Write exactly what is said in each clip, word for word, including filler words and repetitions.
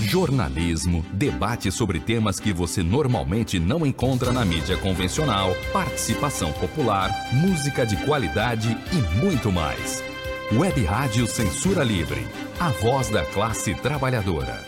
Jornalismo, debate sobre temas que você normalmente não encontra na mídia convencional, participação popular, música de qualidade e muito mais. Web Rádio Censura Livre, a voz da classe trabalhadora.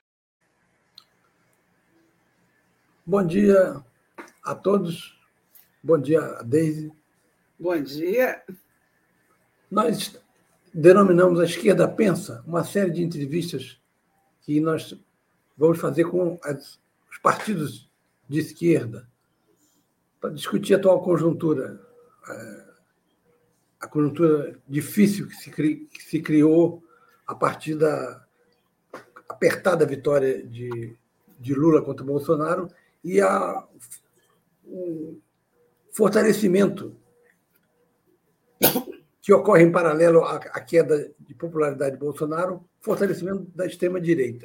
Bom dia a todos. Bom dia, Deise. Bom dia. Nós denominamos a Esquerda Pensa uma série de entrevistas que nós vamos fazer com as, os partidos de esquerda para discutir a atual conjuntura, a, a conjuntura difícil que se, cri, que se criou a partir da apertada vitória de, de Lula contra Bolsonaro e a, o fortalecimento que ocorre em paralelo à, à queda de popularidade de Bolsonaro, fortalecimento da extrema-direita.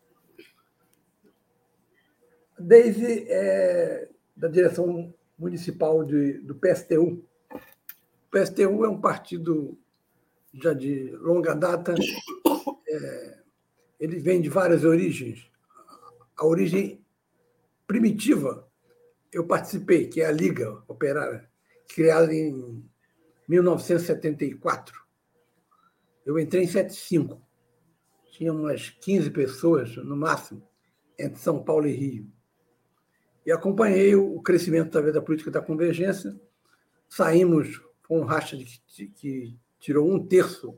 Deise é da direção municipal de, do P S T U. O P S T U é um partido já de longa data, é, ele vem de várias origens. A origem primitiva, eu participei, que é a Liga Operária, criada em mil novecentos e setenta e quatro. Eu entrei em setenta e cinco. Tinha umas quinze pessoas, no máximo, entre São Paulo e Rio. E acompanhei o crescimento talvez da política da convergência. Saímos com um racha de que, que tirou um terço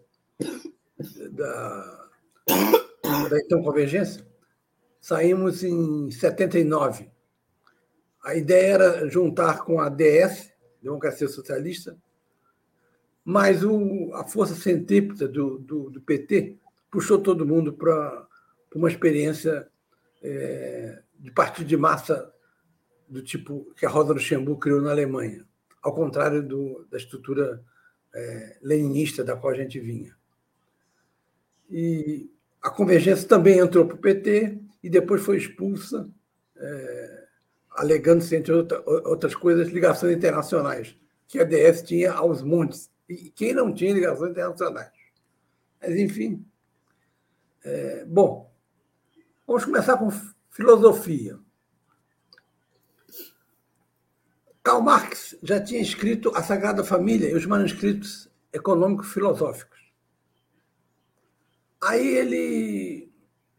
da, da então convergência. Saímos em setenta e nove. A ideia era juntar com a D S, Democracia Socialista, mas o, a força centrípeta do, do, do P T puxou todo mundo para uma experiência é, de partido de massa do tipo que a Rosa Luxemburgo criou na Alemanha, ao contrário do, da estrutura é, leninista da qual a gente vinha. E a Convergência também entrou para o P T e depois foi expulsa, é, alegando-se, entre outra, outras coisas, ligações internacionais, que a D S tinha aos montes. E quem não tinha ligações internacionais? Mas, enfim. É, bom, vamos começar com filosofia. Karl Marx já tinha escrito A Sagrada Família e os manuscritos econômicos filosóficos. Aí ele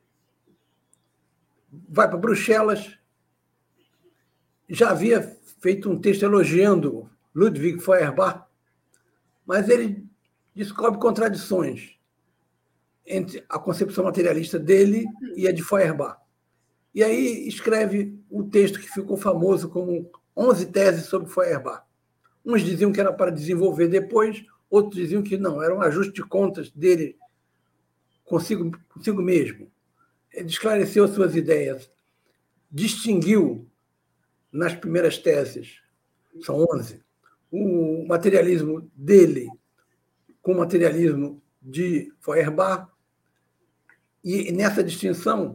vai para Bruxelas, já havia feito um texto elogiando Ludwig Feuerbach, mas ele descobre contradições entre a concepção materialista dele e a de Feuerbach. E aí escreve um texto que ficou famoso como onze teses sobre Feuerbach. Uns diziam que era para desenvolver depois, outros diziam que não, era um ajuste de contas dele consigo, consigo mesmo. Ele esclareceu suas ideias, distinguiu nas primeiras teses, são onze, o materialismo dele com o materialismo de Feuerbach, e nessa distinção,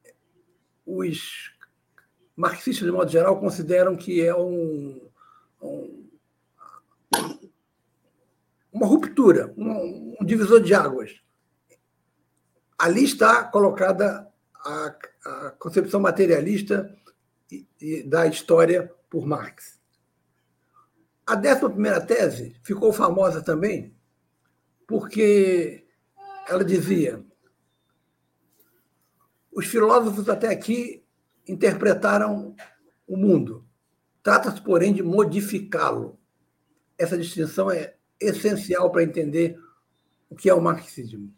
os marxistas, de modo geral, consideram que é um, um, uma ruptura, um, um divisor de águas. Ali está colocada a, a concepção materialista e, e da história por Marx. A décima primeira tese ficou famosa também porque ela dizia: os filósofos até aqui interpretaram o mundo. Trata-se, porém, de modificá-lo. Essa distinção é essencial para entender o que é o marxismo.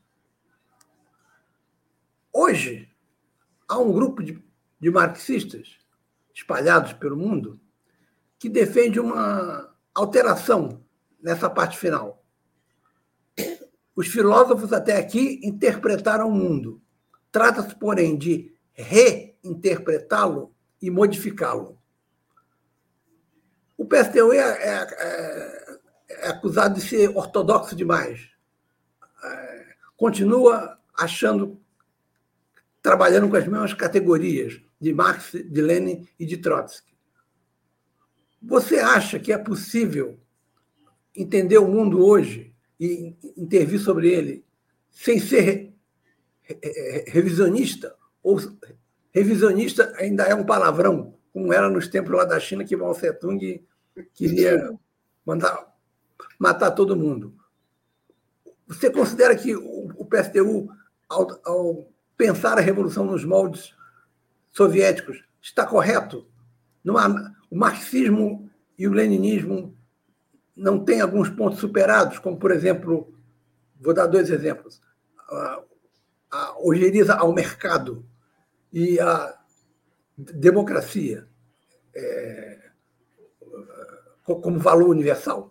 Hoje, há um grupo de, de marxistas espalhados pelo mundo que defende uma alteração nessa parte final. Os filósofos até aqui interpretaram o mundo. Trata-se, porém, de reinterpretá-lo e modificá-lo. O P S T U é, é, é acusado de ser ortodoxo demais. É, continua achando, trabalhando com as mesmas categorias de Marx, de Lenin e de Trotsky. Você acha que é possível entender o mundo hoje e intervir sobre ele sem ser revisionista ou revisionista ainda é um palavrão, como era nos tempos lá da China, que Mao Tse-tung queria mandar matar todo mundo. Você considera que o P S T U, ao, ao pensar a revolução nos moldes soviéticos, está correto? Não há, o marxismo e o leninismo não têm alguns pontos superados, como, por exemplo, vou dar dois exemplos, a, a ojeriza ao mercado e a democracia é, como valor universal.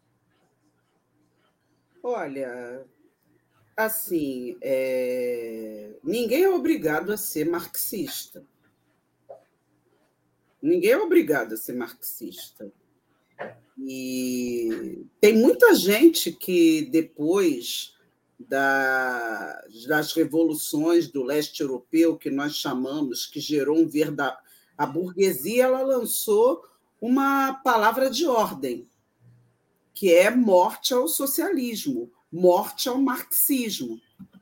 Olha, assim, é... ninguém é obrigado a ser marxista. Ninguém é obrigado a ser marxista. E tem muita gente que, depois da, das revoluções do leste europeu, que nós chamamos, que gerou um verdadeiro... A burguesia, ela lançou uma palavra de ordem, que é morte ao socialismo, morte ao marxismo.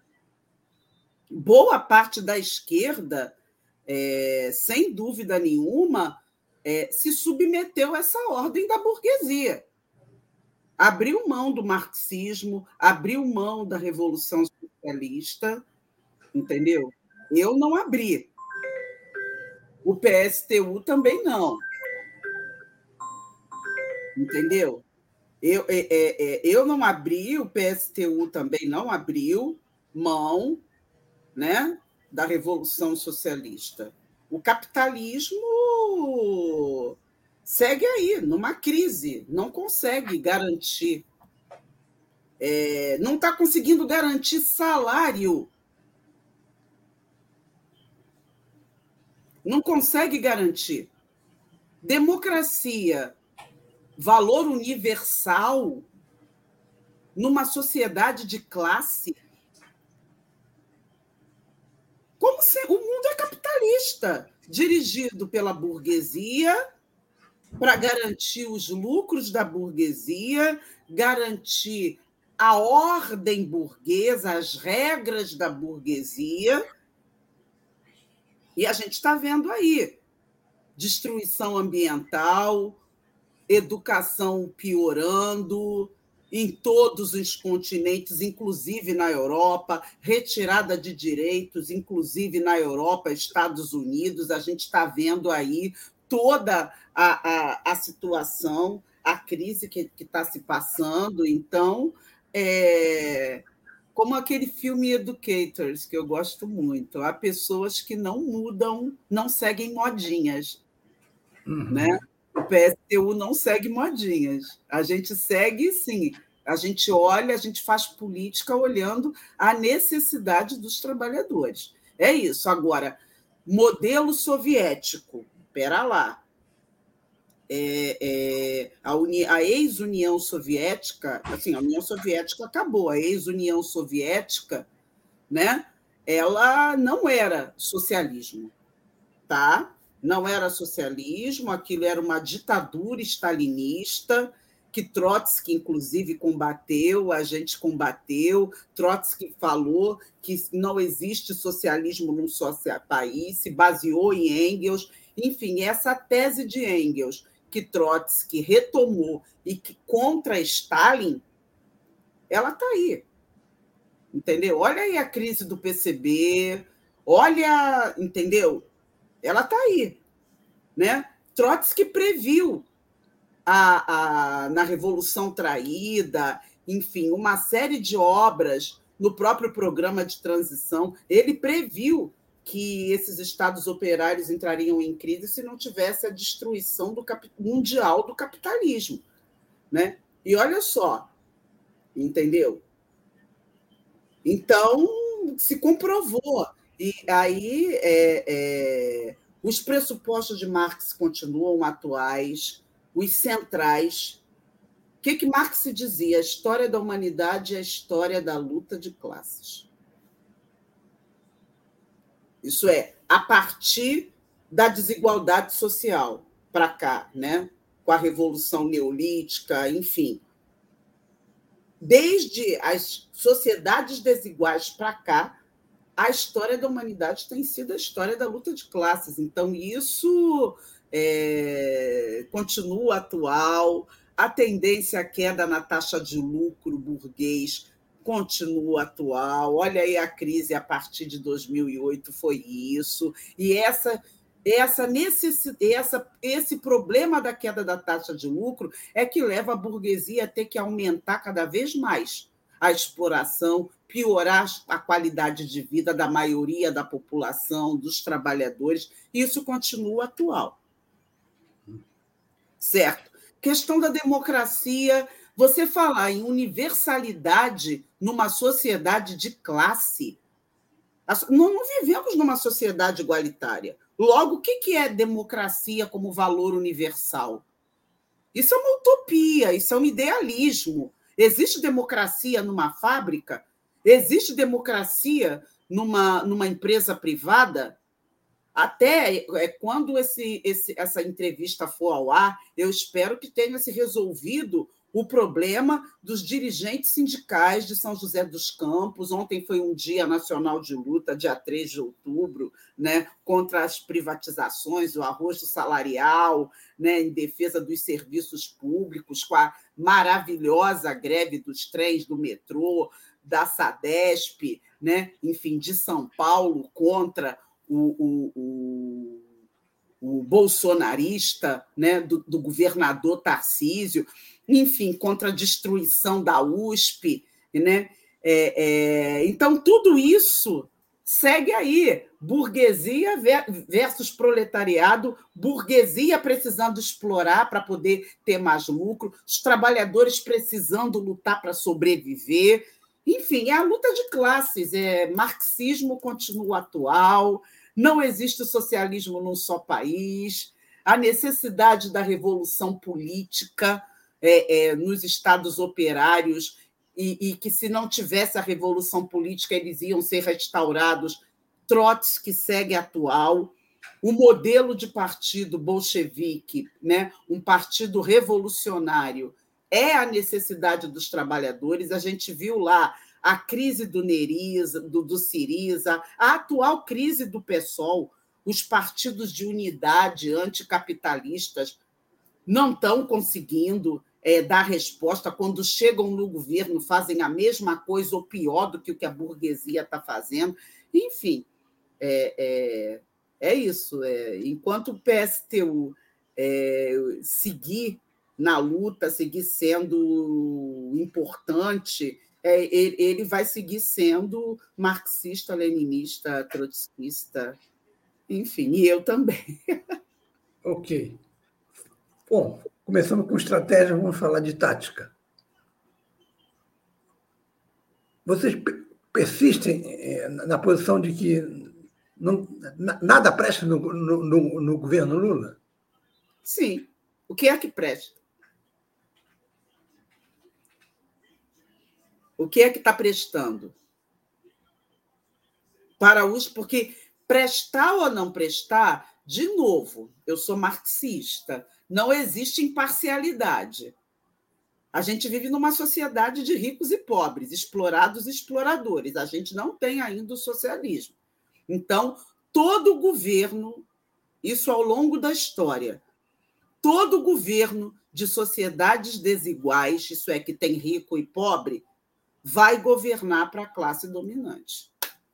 Boa parte da esquerda, é, sem dúvida nenhuma, é, se submeteu a essa ordem da burguesia. Abriu mão do marxismo, abriu mão da Revolução Socialista, entendeu? Eu não abri. O P S T U também não. Entendeu? Eu, é, é, eu não abri, o P S T U também não abriu mão, né, da Revolução Socialista. O capitalismo segue aí, numa crise, não consegue garantir, é, não está conseguindo garantir salário, não consegue garantir. Democracia, valor universal, numa sociedade de classe. Como se o mundo é capitalista, dirigido pela burguesia, para garantir os lucros da burguesia, garantir a ordem burguesa, as regras da burguesia. E a gente está vendo aí destruição ambiental, educação piorando em todos os continentes, inclusive na Europa, retirada de direitos, inclusive na Europa, Estados Unidos. A gente está vendo aí toda a, a, a situação, a crise que está se passando. Então, é, como aquele filme Educators, que eu gosto muito, há pessoas que não mudam, não seguem modinhas, uhum. Né? O P S T U não segue modinhas. A gente segue, sim. A gente olha, a gente faz política olhando a necessidade dos trabalhadores. É isso. Agora, modelo soviético, espera lá. É, é, a, a ex-União Soviética, assim, a União Soviética acabou, a ex-União Soviética, né, ela não era socialismo, tá? Não era socialismo, aquilo era uma ditadura stalinista, que Trotsky, inclusive, combateu, a gente combateu. Trotsky falou que não existe socialismo num só país, se baseou em Engels. Enfim, essa tese de Engels, que Trotsky retomou e que contra Stalin, ela está aí. Entendeu? Olha aí a crise do P C B, olha, entendeu? Ela está aí, né? Trotsky previu a, a, na Revolução Traída, enfim, uma série de obras no próprio programa de transição. Ele previu que esses estados operários entrariam em crise se não tivesse a destruição do cap, mundial do capitalismo, né? E olha só, entendeu? Então, se comprovou. E aí é, é, os pressupostos de Marx continuam atuais, os centrais. O que, que Marx dizia? A história da humanidade é a história da luta de classes. Isso é, a partir da desigualdade social para cá, né? Com a Revolução Neolítica, enfim. Desde as sociedades desiguais para cá, a história da humanidade tem sido a história da luta de classes. Então, isso é, continua atual, a tendência à queda na taxa de lucro burguês continua atual. Olha aí a crise a partir de dois mil e oito, foi isso. E essa, essa necessidade, essa, esse problema da queda da taxa de lucro é que leva a burguesia a ter que aumentar cada vez mais a exploração, piorar a qualidade de vida da maioria da população, dos trabalhadores. Isso continua atual. Certo? Questão da democracia, você falar em universalidade numa sociedade de classe. Não, não vivemos numa sociedade igualitária. Logo, o que é democracia como valor universal? Isso é uma utopia, isso é um idealismo. Existe democracia numa fábrica? Existe democracia numa, numa empresa privada? Até quando esse, esse, essa entrevista for ao ar, eu espero que tenha se resolvido o problema dos dirigentes sindicais de São José dos Campos. Ontem foi um dia nacional de luta, dia três de outubro, né, contra as privatizações, o arrojo salarial, né, em defesa dos serviços públicos, com a maravilhosa greve dos trens, do metrô, da Sadesp, né, enfim, de São Paulo, contra o, o, o, o bolsonarista, né, do, do governador Tarcísio, enfim, contra a destruição da U S P, né? É, é, então, tudo isso segue aí. Burguesia versus proletariado, burguesia precisando explorar para poder ter mais lucro, os trabalhadores precisando lutar para sobreviver. Enfim, é a luta de classes. É, marxismo continua atual, não existe socialismo num só país, a necessidade da revolução política É, é, nos estados operários, e, e que, se não tivesse a revolução política, eles iam ser restaurados. Trotsky segue atual. O modelo de partido bolchevique, né, um partido revolucionário, é a necessidade dos trabalhadores. A gente viu lá a crise do Neriza, do, do Siriza, a atual crise do PSOL, os partidos de unidade anticapitalistas não estão conseguindo é, dar resposta. Quando chegam no governo, fazem a mesma coisa ou pior do que o que a burguesia está fazendo. Enfim, é, é, é isso. É, enquanto o P S T U é, seguir na luta, seguir sendo importante, é, ele, ele vai seguir sendo marxista, leninista, trotskista, enfim, e eu também. Ok. Bom, começando com estratégia, vamos falar de tática. Vocês persistem na posição de que não, nada presta no, no, no governo Lula? Sim. O que é que presta? O que é que está prestando? Para os... Porque prestar ou não prestar, de novo, eu sou marxista, não existe imparcialidade. A gente vive numa sociedade de ricos e pobres, explorados e exploradores. A gente não tem ainda o socialismo. Então, todo governo, isso ao longo da história, todo governo de sociedades desiguais, isso é, que tem rico e pobre, vai governar para a classe dominante.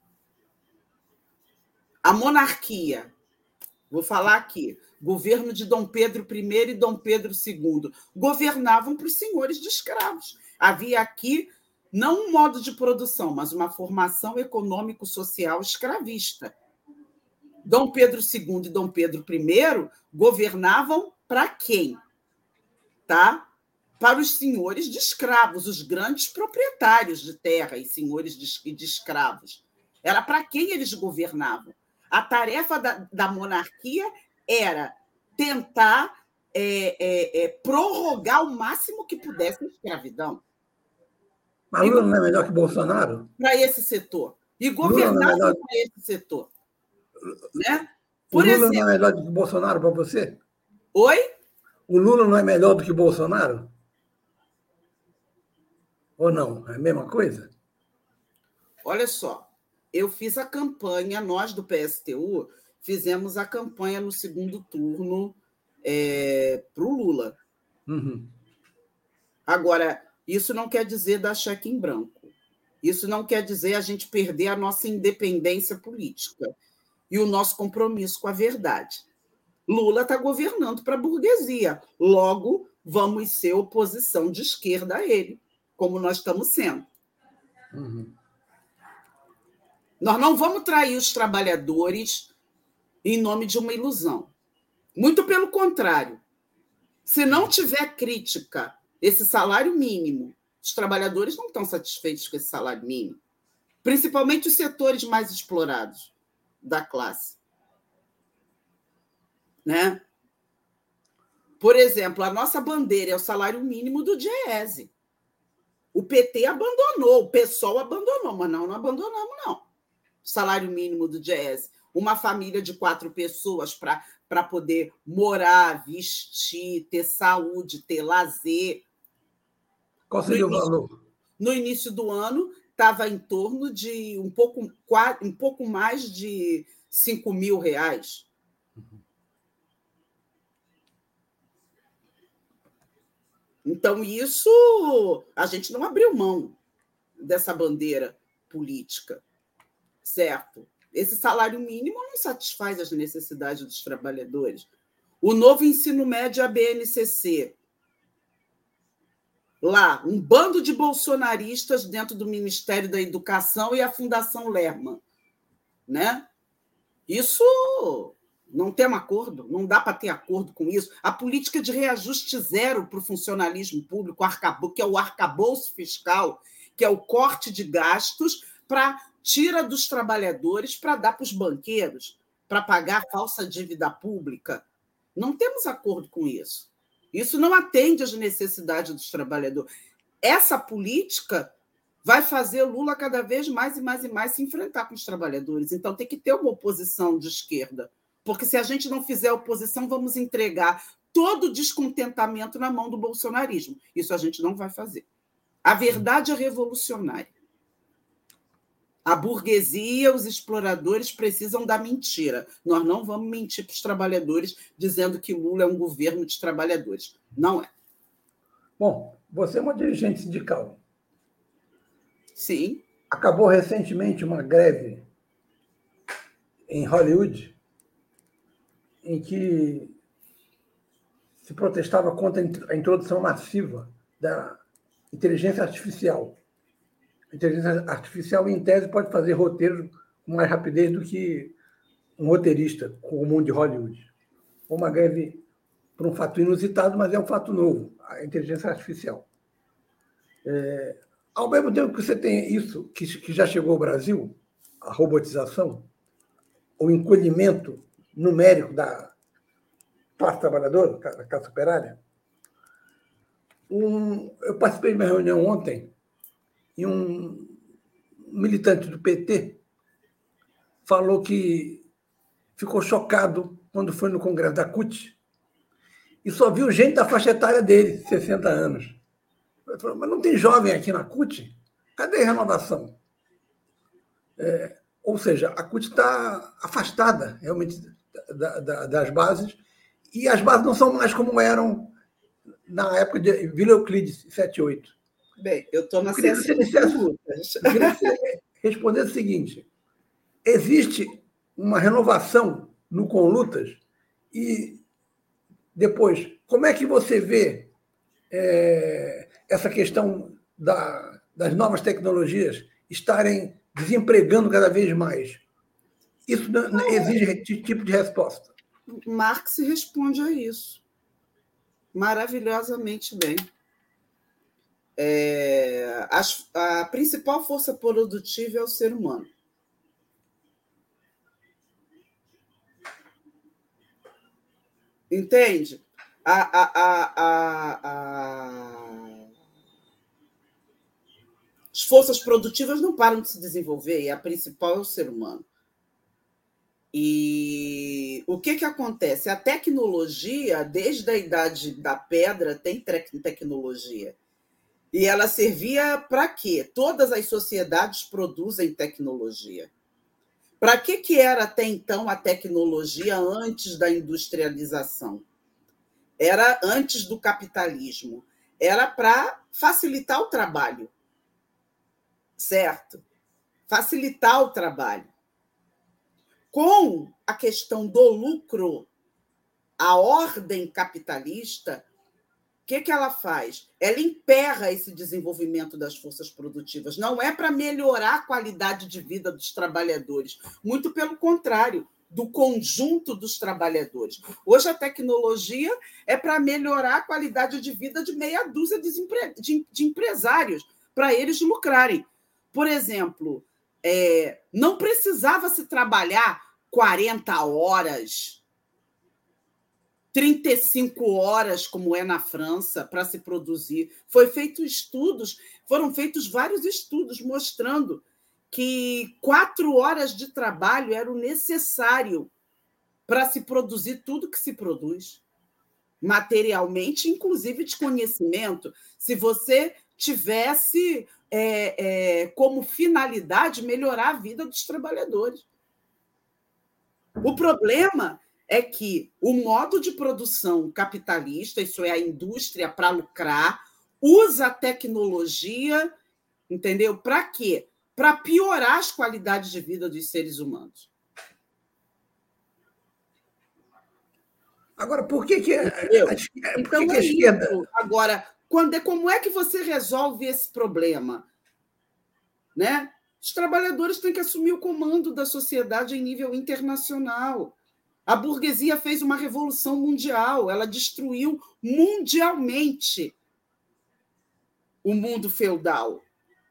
A monarquia, vou falar aqui, governo de Dom Pedro I e Dom Pedro segundo, governavam para os senhores de escravos. Havia aqui não um modo de produção, mas uma formação econômico-social escravista. Dom Pedro segundo e Dom Pedro I governavam para quem? Tá? Para os senhores de escravos, os grandes proprietários de terra e senhores de, de escravos. Era para quem eles governavam. A tarefa da, da monarquia era tentar é, é, é, prorrogar o máximo que pudesse a escravidão. Mas Lula não é melhor que Bolsonaro? Para esse setor. E governar é para esse setor. Né? Por o Lula exemplo... não é melhor do que Bolsonaro para você? Oi? O Lula não é melhor do que Bolsonaro? Ou não? É a mesma coisa? Olha só. eu fiz a campanha, nós do P S T U fizemos a campanha no segundo turno é, para o Lula. Uhum. Agora, isso não quer dizer dar cheque em branco. Isso não quer dizer a gente perder a nossa independência política e o nosso compromisso com a verdade. Lula está governando para a burguesia. Logo, vamos ser oposição de esquerda a ele, como nós estamos sendo. Uhum. Nós não vamos trair os trabalhadores em nome de uma ilusão. Muito pelo contrário. Se não tiver crítica, esse salário mínimo, os trabalhadores não estão satisfeitos com esse salário mínimo, principalmente os setores mais explorados da classe. Né? Por exemplo, a nossa bandeira é o salário mínimo do Diese. O P T abandonou, o PSOL abandonou, mas não, não abandonamos, não. O salário mínimo do Diese. Uma família de quatro pessoas para poder morar, vestir, ter saúde, ter lazer. Qual seria o valor? No início do ano, estava em torno de um pouco, um pouco mais de cinco mil reais. Então, isso, a gente não abriu mão dessa bandeira política, certo? Esse salário mínimo não satisfaz as necessidades dos trabalhadores. O novo ensino médio, a B N C C, lá, um bando de bolsonaristas dentro do Ministério da Educação e a Fundação Lerman, né? Isso não tem acordo, não dá para ter acordo com isso. A política de reajuste zero para o funcionalismo público, que é o arcabouço fiscal, que é o corte de gastos para tira dos trabalhadores para dar para os banqueiros, para pagar a falsa dívida pública. Não temos acordo com isso. Isso não atende às necessidades dos trabalhadores. Essa política vai fazer Lula cada vez mais e mais e mais se enfrentar com os trabalhadores. Então, tem que ter uma oposição de esquerda. Porque se a gente não fizer oposição, vamos entregar todo o descontentamento na mão do bolsonarismo. Isso a gente não vai fazer. A verdade é revolucionária. A burguesia, os exploradores precisam da mentira. Nós não vamos mentir para os trabalhadores dizendo que Lula é um governo de trabalhadores. Não é. Bom, você é uma dirigente sindical. Sim. Acabou recentemente uma greve em Hollywood em que se protestava contra a introdução massiva da inteligência artificial. A inteligência artificial, em tese, pode fazer roteiro com mais rapidez do que um roteirista comum de Hollywood. Uma greve por um fato inusitado, mas é um fato novo, a inteligência artificial. É, ao mesmo tempo que você tem isso, que, que já chegou ao Brasil, a robotização, o encolhimento numérico da classe trabalhadora, da classe operária, um, eu participei de uma reunião ontem e um militante do P T falou que ficou chocado quando foi no congresso da C U T e só viu gente da faixa etária dele, sessenta anos. Ele falou, mas não tem jovem aqui na C U T? Cadê a renovação? É, ou seja, a C U T está afastada realmente da, da, das bases e as bases não são mais como eram na época de Vila Euclides, setenta e oito. Bem, eu estou na sessão de lutas. Eu queria que você respondesse o seguinte: existe uma renovação no Conlutas? E depois, como é que você vê é, essa questão da, das novas tecnologias estarem desempregando cada vez mais? Isso não exige que tipo de resposta? Marx responde a isso maravilhosamente bem. É, a, a principal força produtiva é o ser humano. Entende? A, a, a, a, a... As forças produtivas não param de se desenvolver e a principal é o ser humano. E o que, que acontece? A tecnologia, desde a idade da pedra, tem tecnologia. E ela servia para quê? Todas as sociedades produzem tecnologia. Para que, que era até então a tecnologia antes da industrialização? Era antes do capitalismo. Era para facilitar o trabalho, certo? Facilitar o trabalho. Com a questão do lucro, a ordem capitalista, o que, que ela faz? Ela emperra esse desenvolvimento das forças produtivas. Não é para melhorar a qualidade de vida dos trabalhadores, muito pelo contrário, do conjunto dos trabalhadores. Hoje a tecnologia é para melhorar a qualidade de vida de meia dúzia de, empre... de, de empresários, para eles lucrarem. Por exemplo, é, não precisava se trabalhar quarenta horas, trinta e cinco horas, como é na França, para se produzir. Foi feito estudos, foram feitos vários estudos mostrando que quatro horas de trabalho era o necessário para se produzir tudo que se produz, materialmente, inclusive de conhecimento. Se você tivesse é, é, como finalidade melhorar a vida dos trabalhadores. O problema é que o modo de produção capitalista, isso é a indústria para lucrar, usa a tecnologia, entendeu? Para quê? Para piorar as qualidades de vida dos seres humanos. Agora, por que, que, a, a, por então, que, que é a esquerda... Isso. Agora, quando é, como é que você resolve esse problema? Né? Os trabalhadores têm que assumir o comando da sociedade em nível internacional. A burguesia fez uma revolução mundial, ela destruiu mundialmente o mundo feudal,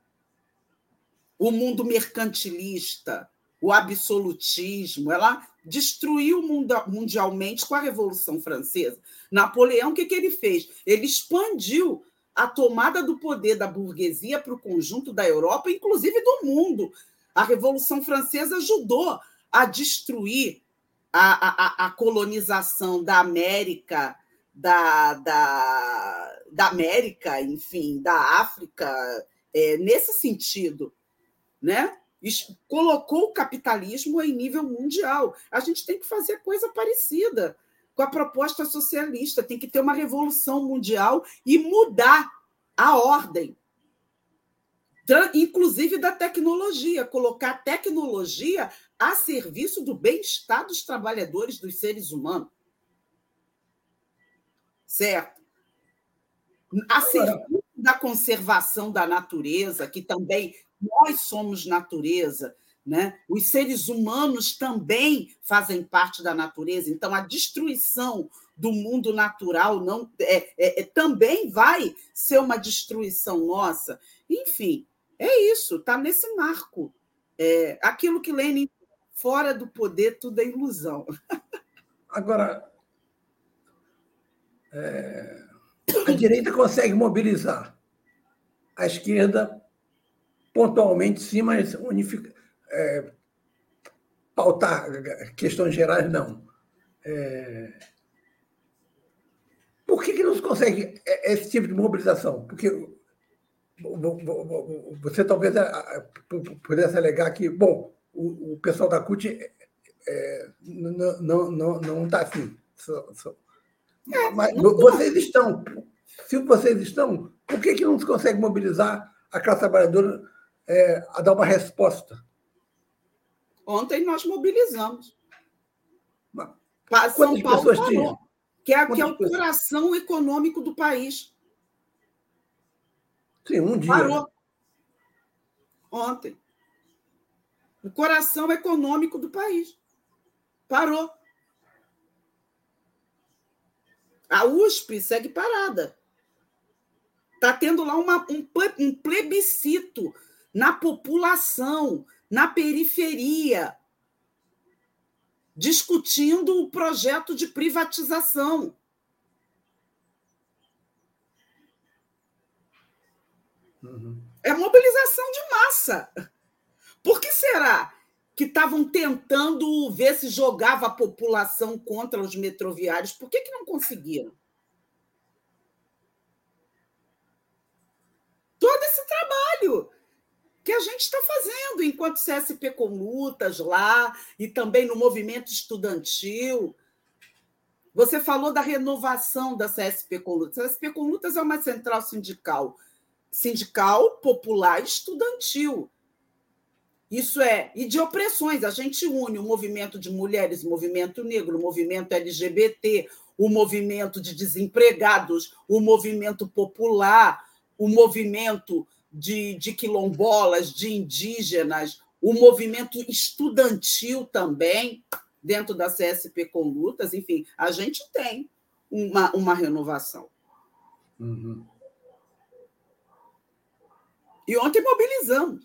o mundo mercantilista, o absolutismo. Ela destruiu mundialmente com a Revolução Francesa. Napoleão, o que, que ele fez? Ele expandiu a tomada do poder da burguesia para o conjunto da Europa, inclusive do mundo. A Revolução Francesa ajudou a destruir a, a, a colonização da América, da, da, da América, enfim, da África, é, nesse sentido, né? Colocou o capitalismo em nível mundial. A gente tem que fazer coisa parecida com a proposta socialista, tem que ter uma revolução mundial e mudar a ordem, inclusive da tecnologia, colocar a tecnologia a serviço do bem-estar dos trabalhadores, dos seres humanos. Certo? A serviço da conservação da natureza, que também nós somos natureza, né? Os seres humanos também fazem parte da natureza, então a destruição do mundo natural não é, é, é, também vai ser uma destruição nossa. Enfim, é isso, está nesse marco. É, aquilo que Lenin, fora do poder, tudo é ilusão. Agora, é, a direita consegue mobilizar a esquerda pontualmente, sim, mas unifica, é, pautar questões gerais, não. É, por que, que não se consegue esse tipo de mobilização? Porque você talvez pudesse alegar que, bom, o, pessoal da C U T é, não, não, não, não está assim. Mas vocês estão. Se vocês estão, por que, que não se consegue mobilizar a classe trabalhadora é, a dar uma resposta? Ontem nós mobilizamos. Mas, São Paulo pessoas parou, tinham? que é, que é o coração econômico do país. Sim, um dia. Parou. Ontem. O coração econômico do país. Parou. A U S P segue parada. Está tendo lá uma, um, um plebiscito na população, na periferia, discutindo o projeto de privatização. Uhum. É mobilização de massa. Por que será que estavam tentando ver se jogava a população contra os metroviários? Por que, que não conseguiram? Todo esse trabalho que a gente está fazendo enquanto C S P com lutas lá e também no movimento estudantil. Você falou da renovação da C S P com lutas. A C S P com lutas é uma central sindical, sindical popular estudantil. Isso é, e de opressões. A gente une o movimento de mulheres, o movimento negro, o movimento L G B T, o movimento de desempregados, o movimento popular, o movimento de, de quilombolas, de indígenas, o movimento estudantil também, dentro da C S P com lutas. Enfim, a gente tem uma, uma renovação. Uhum. E ontem mobilizamos.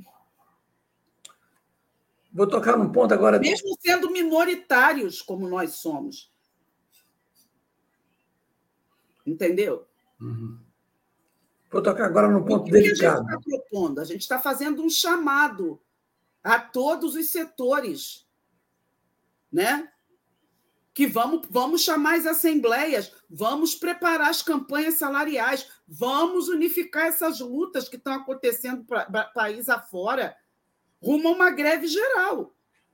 Vou tocar num ponto agora. Mesmo sendo minoritários, como nós somos. Entendeu? Uhum. Vou tocar agora num ponto o que delicado. A gente está propondo? A gente está fazendo um chamado a todos os setores, né? Que vamos, vamos chamar as assembleias, vamos preparar as campanhas salariais, vamos unificar essas lutas que estão acontecendo para país afora, rumo a uma greve geral.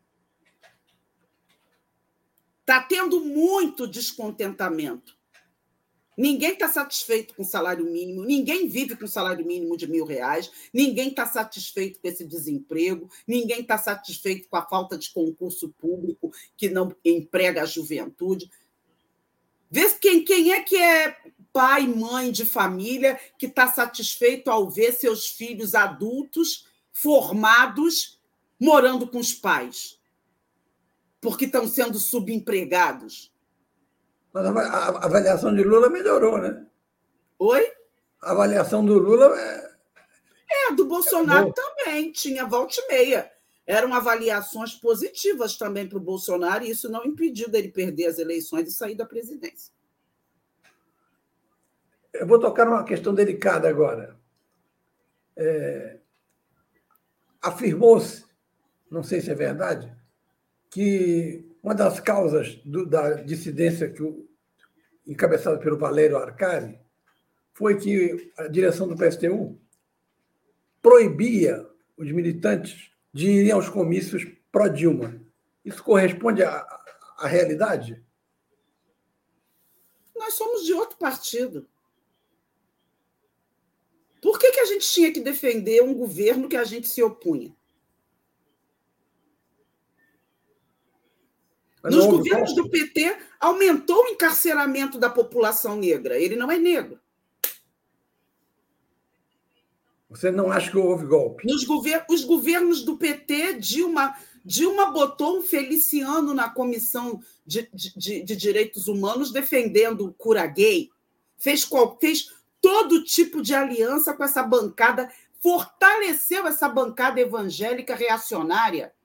Está tendo muito descontentamento. Ninguém está satisfeito com o salário mínimo, ninguém vive com salário mínimo de mil reais, ninguém está satisfeito com esse desemprego, ninguém está satisfeito com a falta de concurso público que não emprega a juventude. Vê quem, quem é que é pai, mãe de família que está satisfeito ao ver seus filhos adultos, formados, morando com os pais, porque estão sendo subempregados. Mas a avaliação de Lula melhorou, né? Oi? A avaliação do Lula é... É, do Bolsonaro é também, tinha volta e meia. Eram avaliações positivas também para o Bolsonaro, e isso não impediu dele perder as eleições e sair da presidência. Eu vou tocar numa questão delicada agora. É... Afirmou-se, não sei se é verdade, que uma das causas do, da dissidência que o, encabeçada pelo Valério Arcari foi que a direção do P S T U proibia os militantes de irem aos comícios pró-Dilma. Isso corresponde à, à realidade? Nós somos de outro partido. Por que, que a gente tinha que defender um governo que a gente se opunha? Mas nos governos do P T, aumentou o encarceramento da população negra. Ele não é negro. Você não acha que houve golpe? Nos gover- os governos do P T, Dilma, Dilma botou um Feliciano na Comissão de, de, de Direitos Humanos defendendo cura gay. Fez, qual, fez todo tipo de aliança com essa bancada, fortaleceu essa bancada evangélica reacionária.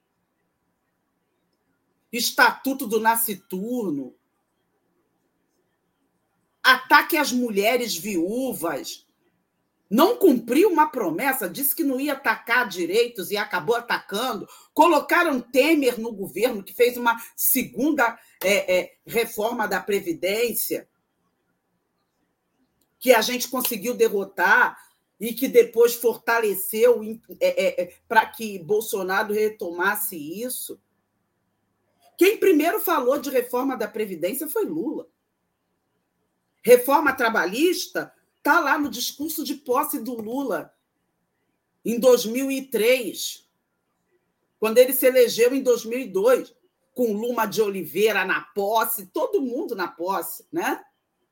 Estatuto do Nasciturno, ataque às mulheres viúvas, não cumpriu uma promessa, disse que não ia atacar direitos e acabou atacando, colocaram Temer no governo, que fez uma segunda é, é, reforma da Previdência, que a gente conseguiu derrotar e que depois fortaleceu é, é, para que Bolsonaro retomasse isso. Quem primeiro falou de reforma da Previdência foi Lula. Reforma trabalhista está lá no discurso de posse do Lula, em dois mil e três, quando ele se elegeu em dois mil e dois, com Luma de Oliveira na posse, todo mundo na posse, né?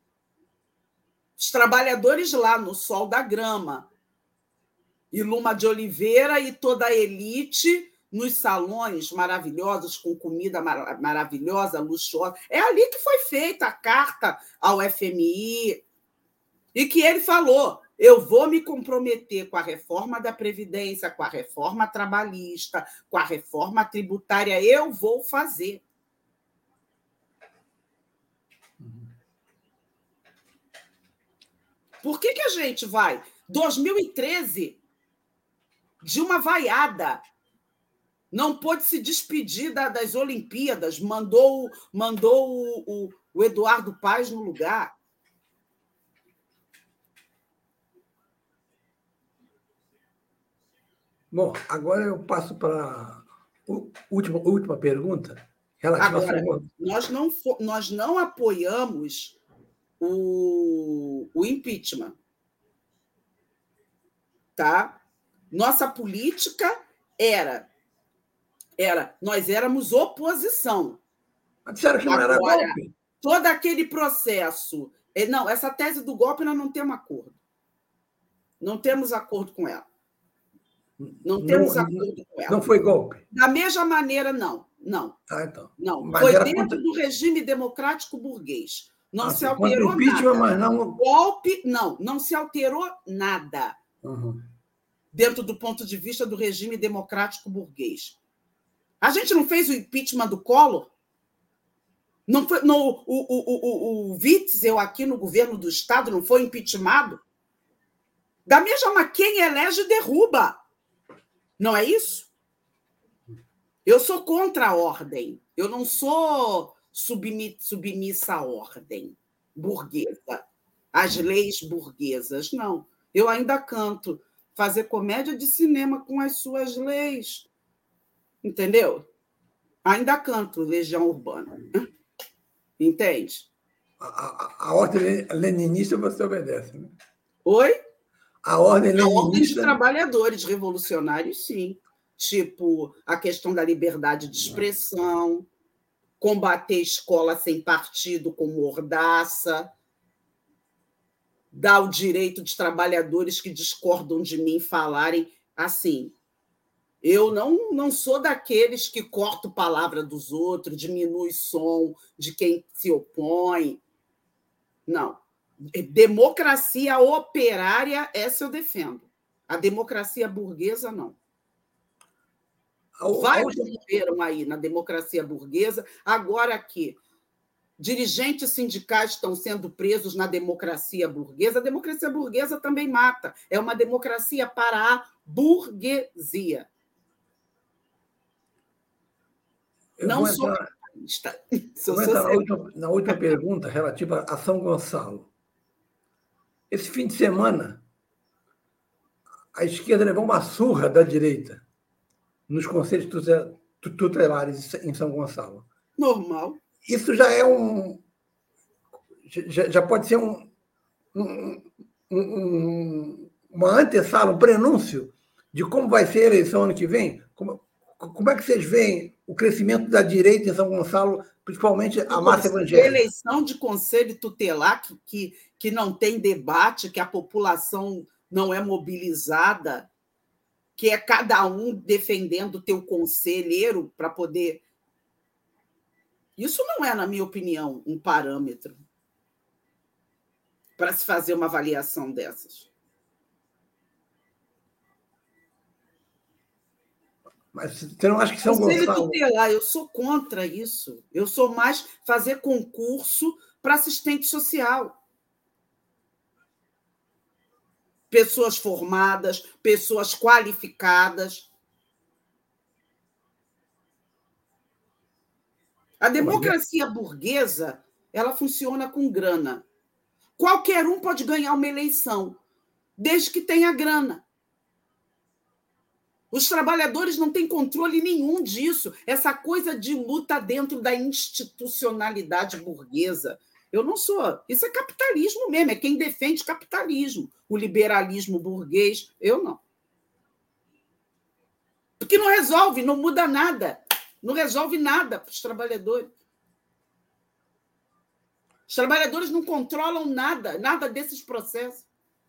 Os trabalhadores lá no sol da grama, e Luma de Oliveira e toda a elite nos salões maravilhosos, com comida mar- maravilhosa, luxuosa. É ali que foi feita a carta ao F M I, e que ele falou: eu vou me comprometer com a reforma da Previdência, com a reforma trabalhista, com a reforma tributária, eu vou fazer. Por que, que a gente vai? dois mil e treze, de uma vaiada, não pôde se despedir da, das Olimpíadas, mandou, mandou o, o, o Eduardo Paes no lugar. Bom, agora eu passo para a última, última pergunta. Relativa Agora, a... nós não, nós não apoiamos o, o impeachment. Tá? Nossa política era, era nós éramos oposição. Mas disseram que não era Agora, golpe. Todo aquele processo... Não, essa tese do golpe nós não temos acordo. Não temos acordo com ela. Não temos não, acordo com ela. Não foi golpe? Da mesma maneira, não. Não. Ah, então. Não. Mas foi era dentro contra... do regime democrático burguês. Não ah, se alterou impeachment, nada. Mas não... Golpe, não. Não se alterou nada. Uhum. Dentro do ponto de vista do regime democrático burguês. A gente não fez o impeachment do Collor? Não foi, no, o, o, o, o Witzel aqui no governo do Estado não foi impeachmentado? Da mesma maneira, quem elege derruba. Não é isso? Eu sou contra a ordem. Eu não sou submissa à ordem burguesa, às leis burguesas. Não. Eu ainda canto fazer comédia de cinema com as suas leis. Entendeu? Ainda canto Legião Urbana. Entende? A, a, a ordem leninista você obedece, né? Oi? A ordem leninista... A ordem de trabalhadores revolucionários, sim. Tipo, a questão da liberdade de expressão, combater escola sem partido com mordaça, dar o direito de trabalhadores que discordam de mim falarem assim. Eu não, não sou daqueles que cortam palavra dos outros, diminui som de quem se opõe. Não. Democracia operária, essa eu defendo. A democracia burguesa, não. Vários morreram aí na democracia burguesa, agora que dirigentes sindicais estão sendo presos na democracia burguesa, a democracia burguesa também mata. É uma democracia para a burguesia. Eu não vou sou entrar, capitalista. Sou vou entrar na, última, na última pergunta relativa a São Gonçalo. Esse fim de semana, a esquerda levou uma surra da direita nos conselhos tutelares em São Gonçalo. Normal. Isso já é um... Já, já pode ser um, um, um, uma antessala, um prenúncio de como vai ser a eleição ano que vem? Como, como é que vocês veem o crescimento da direita em São Gonçalo, principalmente a massa evangélica? Eleição de conselho tutelar que, que, que não tem debate, que a população não é mobilizada, que é cada um defendendo o teu conselheiro para poder... Isso não é, na minha opinião, um parâmetro para se fazer uma avaliação dessas. Mas você não acha que São Conselho Gonçalo... tutelar, eu sou contra isso. Eu sou mais fazer concurso para assistente social. Pessoas formadas, pessoas qualificadas. A democracia burguesa, ela funciona com grana. Qualquer um pode ganhar uma eleição, desde que tenha grana. Os trabalhadores não têm controle nenhum disso. Essa coisa de luta dentro da institucionalidade burguesa. Eu não sou. Isso é capitalismo mesmo, é quem defende capitalismo. O liberalismo burguês, eu não. Porque não resolve, não muda nada. Não resolve nada para os trabalhadores. Os trabalhadores não controlam nada, nada desses processos.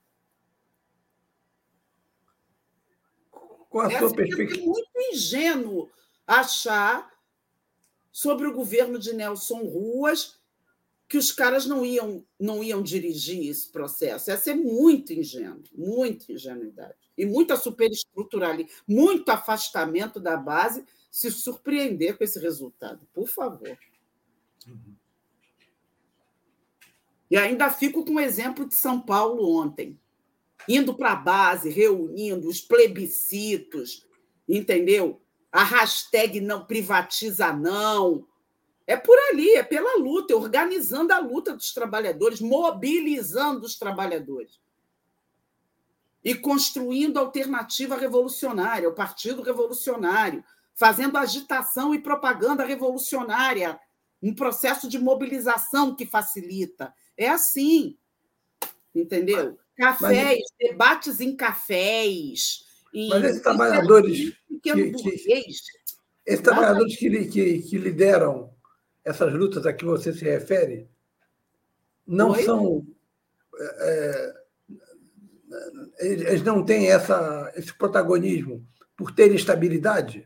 Qual a sua perspectiva? É muito ingênuo achar sobre o governo de Nelson Ruas que os caras não iam, não iam dirigir esse processo. Essa é muito ingênuo, muita ingenuidade. E muita superestruturalidade, muito afastamento da base, se surpreender com esse resultado. Por favor. Uhum. E ainda fico com o exemplo de São Paulo ontem. Indo para a base, reunindo os plebiscitos, entendeu? A hashtag não privatiza não. É por ali, é pela luta, organizando a luta dos trabalhadores, mobilizando os trabalhadores. e construindo alternativa revolucionária, o Partido Revolucionário, fazendo agitação e propaganda revolucionária, um processo de mobilização que facilita. É assim, entendeu? Cafés, mas, debates em cafés. Em, mas esses trabalhadores, pequeno que, burguês, que, esses trabalhadores que, que, que lideram essas lutas a que você se refere, não Oi? são... É, eles não têm essa, esse protagonismo por terem estabilidade?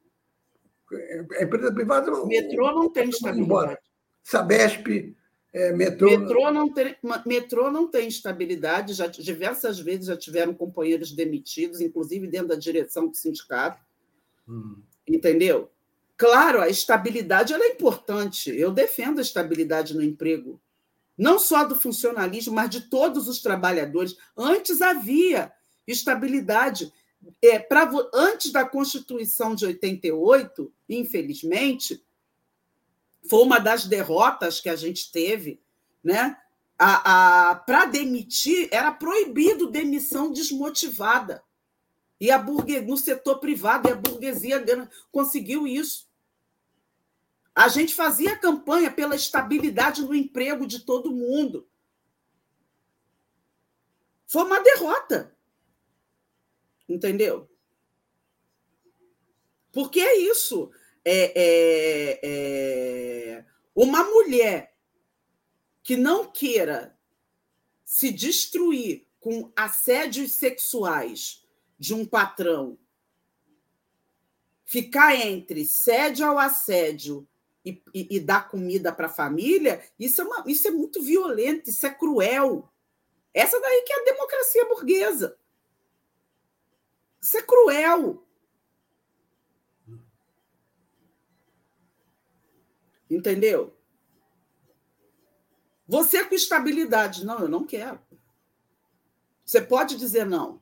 A empresa privada... O metrô não tem estabilidade. Embora. Sabesp, é, metrô... Metrô não, tem, metrô não tem estabilidade. Já, diversas vezes já tiveram companheiros demitidos, inclusive dentro da direção do sindicato. Hum. Entendeu? Claro, a estabilidade ela é importante. Eu defendo a estabilidade no emprego. Não só do funcionalismo, mas de todos os trabalhadores. Antes havia estabilidade. É, pra, antes da Constituição de oitenta e oito, infelizmente, foi uma das derrotas que a gente teve, né? A, a, para demitir, era proibido demissão desmotivada. E a burguesia, no setor privado, e a burguesia conseguiu isso. A gente fazia campanha pela estabilidade no emprego de todo mundo. Foi uma derrota. Entendeu? Porque é isso. É, é, é... Uma mulher que não queira se destruir com assédios sexuais de um patrão, ficar entre cede ao assédio e, e, e dar comida para a família, isso é, uma, isso é muito violento, isso é cruel. Essa daí que é a democracia burguesa. Isso é cruel. Entendeu? Você com estabilidade. Não, eu não quero. Você pode dizer não.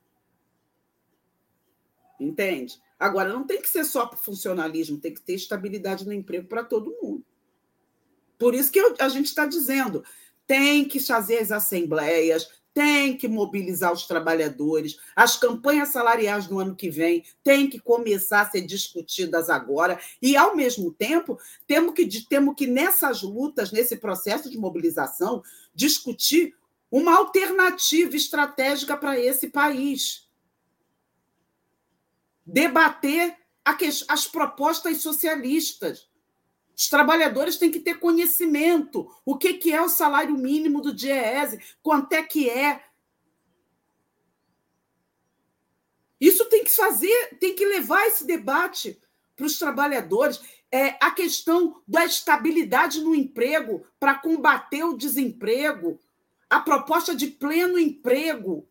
Entende? Agora, não tem que ser só para o funcionalismo, tem que ter estabilidade no emprego para todo mundo. Por isso que eu, a gente está dizendo, tem que fazer as assembleias, tem que mobilizar os trabalhadores, as campanhas salariais do ano que vem têm que começar a ser discutidas agora, e, ao mesmo tempo, temos que, temos que nessas lutas, nesse processo de mobilização, discutir uma alternativa estratégica para esse país. Debater as propostas socialistas. Os trabalhadores têm que ter conhecimento. O que é o salário mínimo do DIEESE? Quanto é que é? Isso tem que fazer, tem que levar esse debate para os trabalhadores. É, a questão da estabilidade no emprego para combater o desemprego. A proposta de pleno emprego.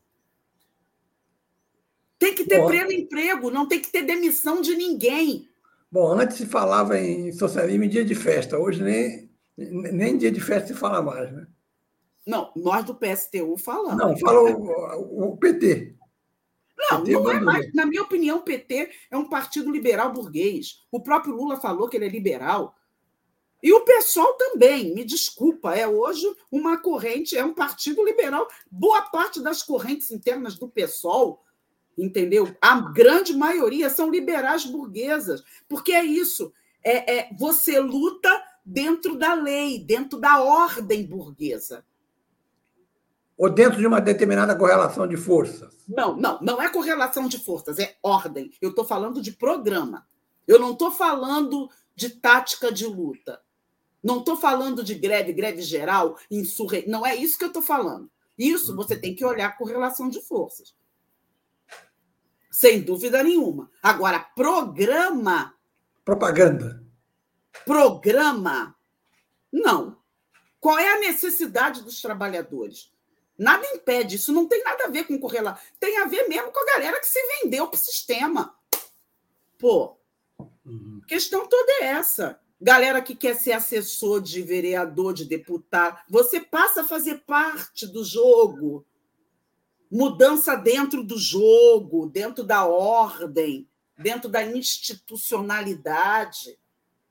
Tem que ter Bom, pleno emprego, não tem que ter demissão de ninguém. Bom, antes se falava em socialismo em dia de festa. Hoje nem, nem dia de festa se fala mais, né? Não, nós do P S T U falamos. Não, fala o, o P T. Não, P T não é mais. Na minha opinião, o P T é um partido liberal burguês. O próprio Lula falou que ele é liberal. E o PSOL também, me desculpa, é hoje uma corrente, é um partido liberal. Boa parte das correntes internas do PSOL, entendeu? A grande maioria são liberais burguesas, porque é isso, é, é, você luta dentro da lei, dentro da ordem burguesa. Ou dentro de uma determinada correlação de forças. Não, não, não é correlação de forças, é ordem. Eu estou falando de programa. Eu não estou falando de tática de luta. Não estou falando de greve, greve geral, insurreição. Não é isso que eu estou falando. Isso você tem que olhar com correlação de forças. Sem dúvida nenhuma. Agora, programa... Propaganda. Programa, não. Qual é a necessidade dos trabalhadores? Nada impede, isso não tem nada a ver com correlação. Tem a ver mesmo com a galera que se vendeu para o sistema. Pô, uhum. A questão toda é essa. Galera que quer ser assessor de vereador, de deputado, você passa a fazer parte do jogo. Mudança dentro do jogo, dentro da ordem, dentro da institucionalidade.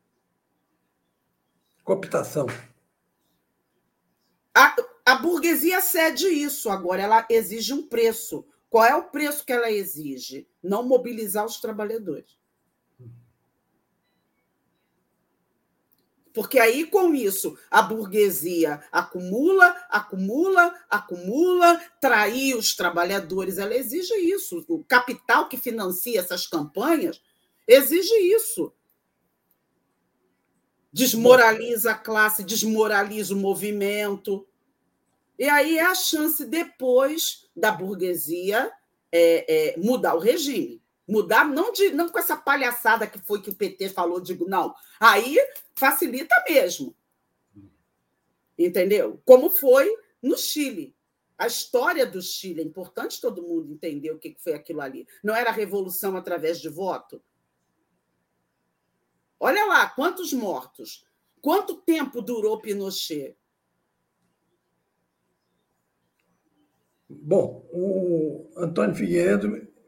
Cooptação. A, a burguesia cede isso, agora ela exige um preço. Qual é o preço que ela exige? Não mobilizar os trabalhadores. Porque aí, com isso, a burguesia acumula, acumula, acumula, trair os trabalhadores. Ela exige isso. O capital que financia essas campanhas exige isso. Desmoraliza a classe, desmoraliza o movimento. E aí é a chance, depois, da burguesia é, é, mudar o regime. Mudar, não, de, não com essa palhaçada que foi que o P T falou, digo, não. Aí facilita mesmo. Entendeu? Como foi no Chile. A história do Chile, é importante todo mundo entender o que foi aquilo ali. Não era revolução através de voto? Olha lá, quantos mortos. Quanto tempo durou Pinochet? Bom, o Antônio Figueiredo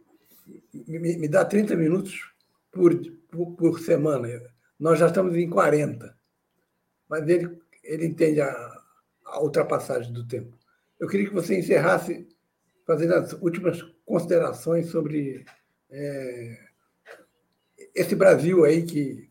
me, me dá trinta minutos por, por, por semana. Nós já estamos em quarenta. Mas ele, ele entende a, a ultrapassagem do tempo. Eu queria que você encerrasse fazendo as últimas considerações sobre é, esse Brasil aí que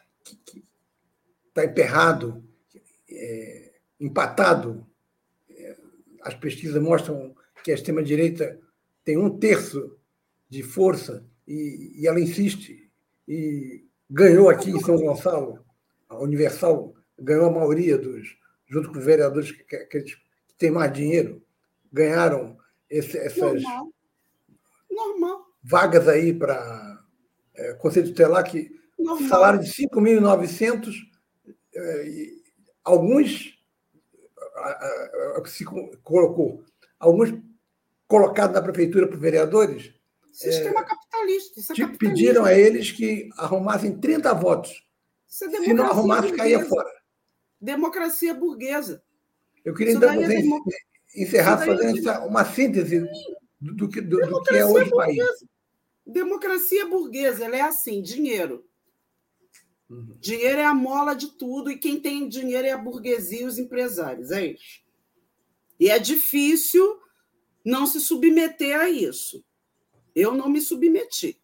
está emperrado, é, empatado. É, as pesquisas mostram que a extrema-direita tem um terço de força e, e ela insiste. E ganhou aqui em São Gonçalo, a Universal ganhou a maioria dos, junto com os vereadores que, que, que têm mais dinheiro, ganharam esse, essas Normal. Normal. vagas aí para é, Conselho Tutelar, que Normal. Salário de cinco mil e novecentos, é, alguns a, a, a, se colocou, alguns colocados na prefeitura por vereadores. Sistema é, capitalista. Isso é tipo, pediram a eles que arrumassem trinta votos. Isso é Se não arrumasse, burguesa. caía fora. Democracia burguesa. Eu queria, Isso então, você é democ... encerrar fazendo é uma síntese do, do, que, do, do que é hoje o país. Democracia burguesa, ela é assim, dinheiro. Uhum. Dinheiro é a mola de tudo, e quem tem dinheiro é a burguesia e os empresários, é isso. E é difícil não se submeter a isso. Eu não me submeti.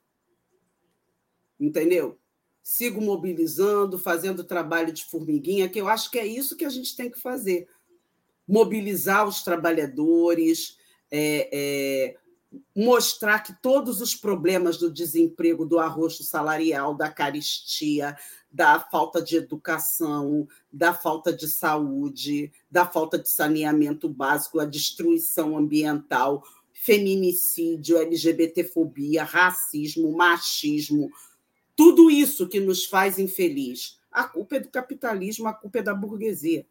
Entendeu? Sigo mobilizando, fazendo trabalho de formiguinha, que eu acho que é isso que a gente tem que fazer. Mobilizar os trabalhadores, é, é, mostrar que todos os problemas do desemprego, do arroxo salarial, da carestia, da falta de educação, da falta de saúde, da falta de saneamento básico, a destruição ambiental, feminicídio, LGBTfobia, racismo, machismo, tudo isso que nos faz infeliz. A culpa é do capitalismo, a culpa é da burguesia.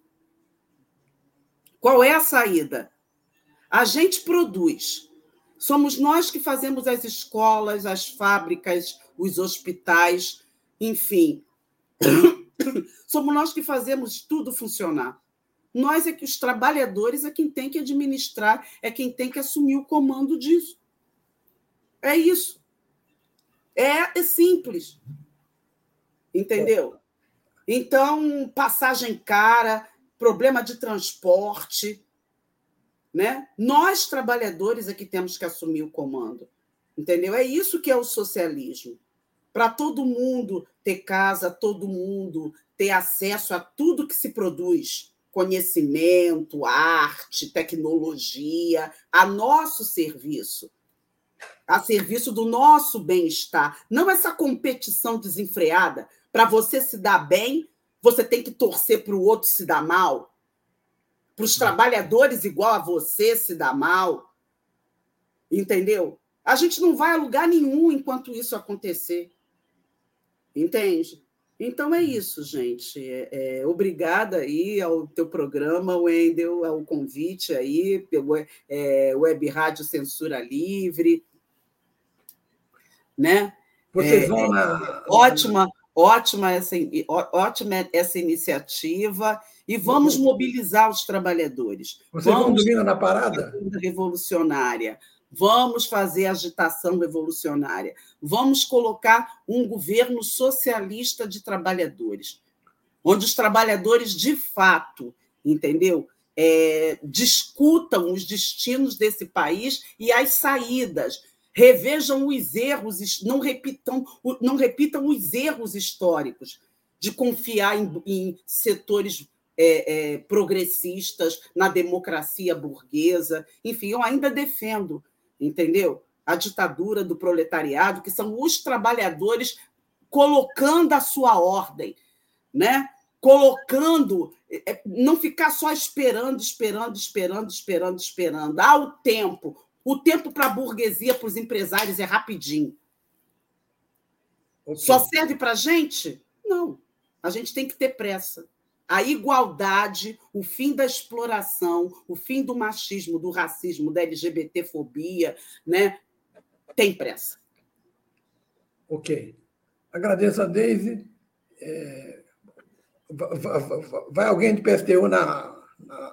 Qual é a saída? A gente produz. Somos nós que fazemos as escolas, as fábricas, os hospitais, enfim. Somos nós que fazemos tudo funcionar. Nós é que os trabalhadores é quem tem que administrar, é quem tem que assumir o comando disso. É isso. É, é simples. Entendeu? Então, passagem cara, problema de transporte, né? Nós, trabalhadores, é que temos que assumir o comando. Entendeu? É isso que é o socialismo. Para todo mundo ter casa, todo mundo ter acesso a tudo que se produz, conhecimento, arte, tecnologia, a nosso serviço, a serviço do nosso bem-estar. Não essa competição desenfreada. Para você se dar bem, você tem que torcer para o outro se dar mal. Para os trabalhadores igual a você se dar mal. Entendeu? A gente não vai a lugar nenhum enquanto isso acontecer. Entende? Então é isso, gente. É, é, obrigada aí ao teu programa, Wendel, ao convite aí, pelo é, Web Rádio Censura Livre. Né? Vocês é, vão na... Ótima, ótima essa, ótima essa iniciativa. E vamos uhum. mobilizar os trabalhadores. Vocês vamos vão domingo na parada? Revolucionária. Vamos fazer agitação revolucionária. Vamos colocar um governo socialista de trabalhadores, onde os trabalhadores, de fato, entendeu? é, discutam os destinos desse país e as saídas, revejam os erros, não repitam, não repitam os erros históricos de confiar em, em setores é, é, progressistas, na democracia burguesa. Enfim, eu ainda defendo, entendeu? A ditadura do proletariado, que são os trabalhadores colocando a sua ordem, né? Colocando, não ficar só esperando, esperando, esperando, esperando, esperando. Há o tempo. O tempo para a burguesia, para os empresários, é rapidinho. Okay. Só serve para a gente? Não. A gente tem que ter pressa. A igualdade, o fim da exploração, o fim do machismo, do racismo, da L G B T fobia, né? Tem pressa. Ok. Agradeço a Deise. É... Vai alguém do P S T U na, na...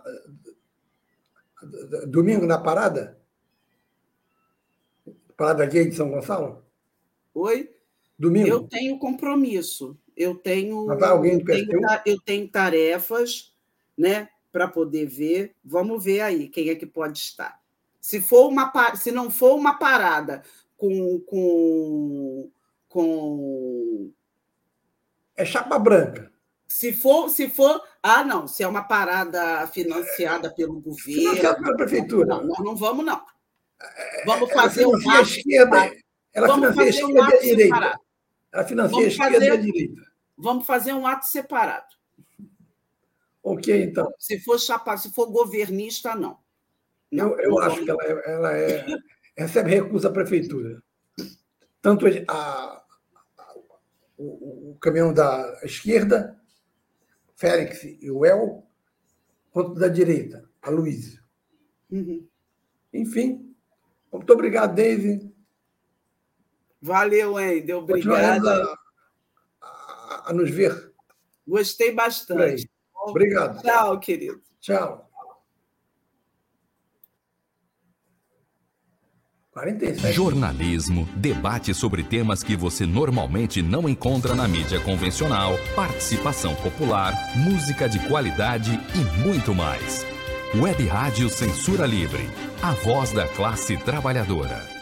domingo na parada? Parada gay de São Gonçalo? Oi? Domingo? Eu tenho compromisso. Eu tenho, Mas vai alguém do P S T U? tenho, eu tenho tarefas, né, para poder ver. Vamos ver aí quem é que pode estar. Se, for uma, se não for uma parada com, com, com... É chapa branca. Se for, se for... Ah, não. Se é uma parada financiada pelo governo... Financiada pela prefeitura. Não, nós não vamos, não. Vamos fazer ela um a esquerda, Ela vamos financia a esquerda um e a direita. Separado. Ela financia vamos a esquerda fazer, e a direita. Vamos fazer um ato separado. Ok, então. Se for chapa, se for governista, não. não eu eu não acho vamos. que ela, é, ela é, recebe recurso da prefeitura. Tanto a, a, o, o caminhão da esquerda, Félix e o El, quanto da direita, a Luísa. Uhum. Enfim, muito obrigado, Deise. Valeu, Wendel. Obrigado. A, a, a nos ver. Gostei bastante. Obrigado. Tchau, querido. Tchau. quarenta e sete. Jornalismo, debate sobre temas que você normalmente não encontra na mídia convencional, participação popular, música de qualidade e muito mais. Web Rádio Censura Livre, a voz da classe trabalhadora.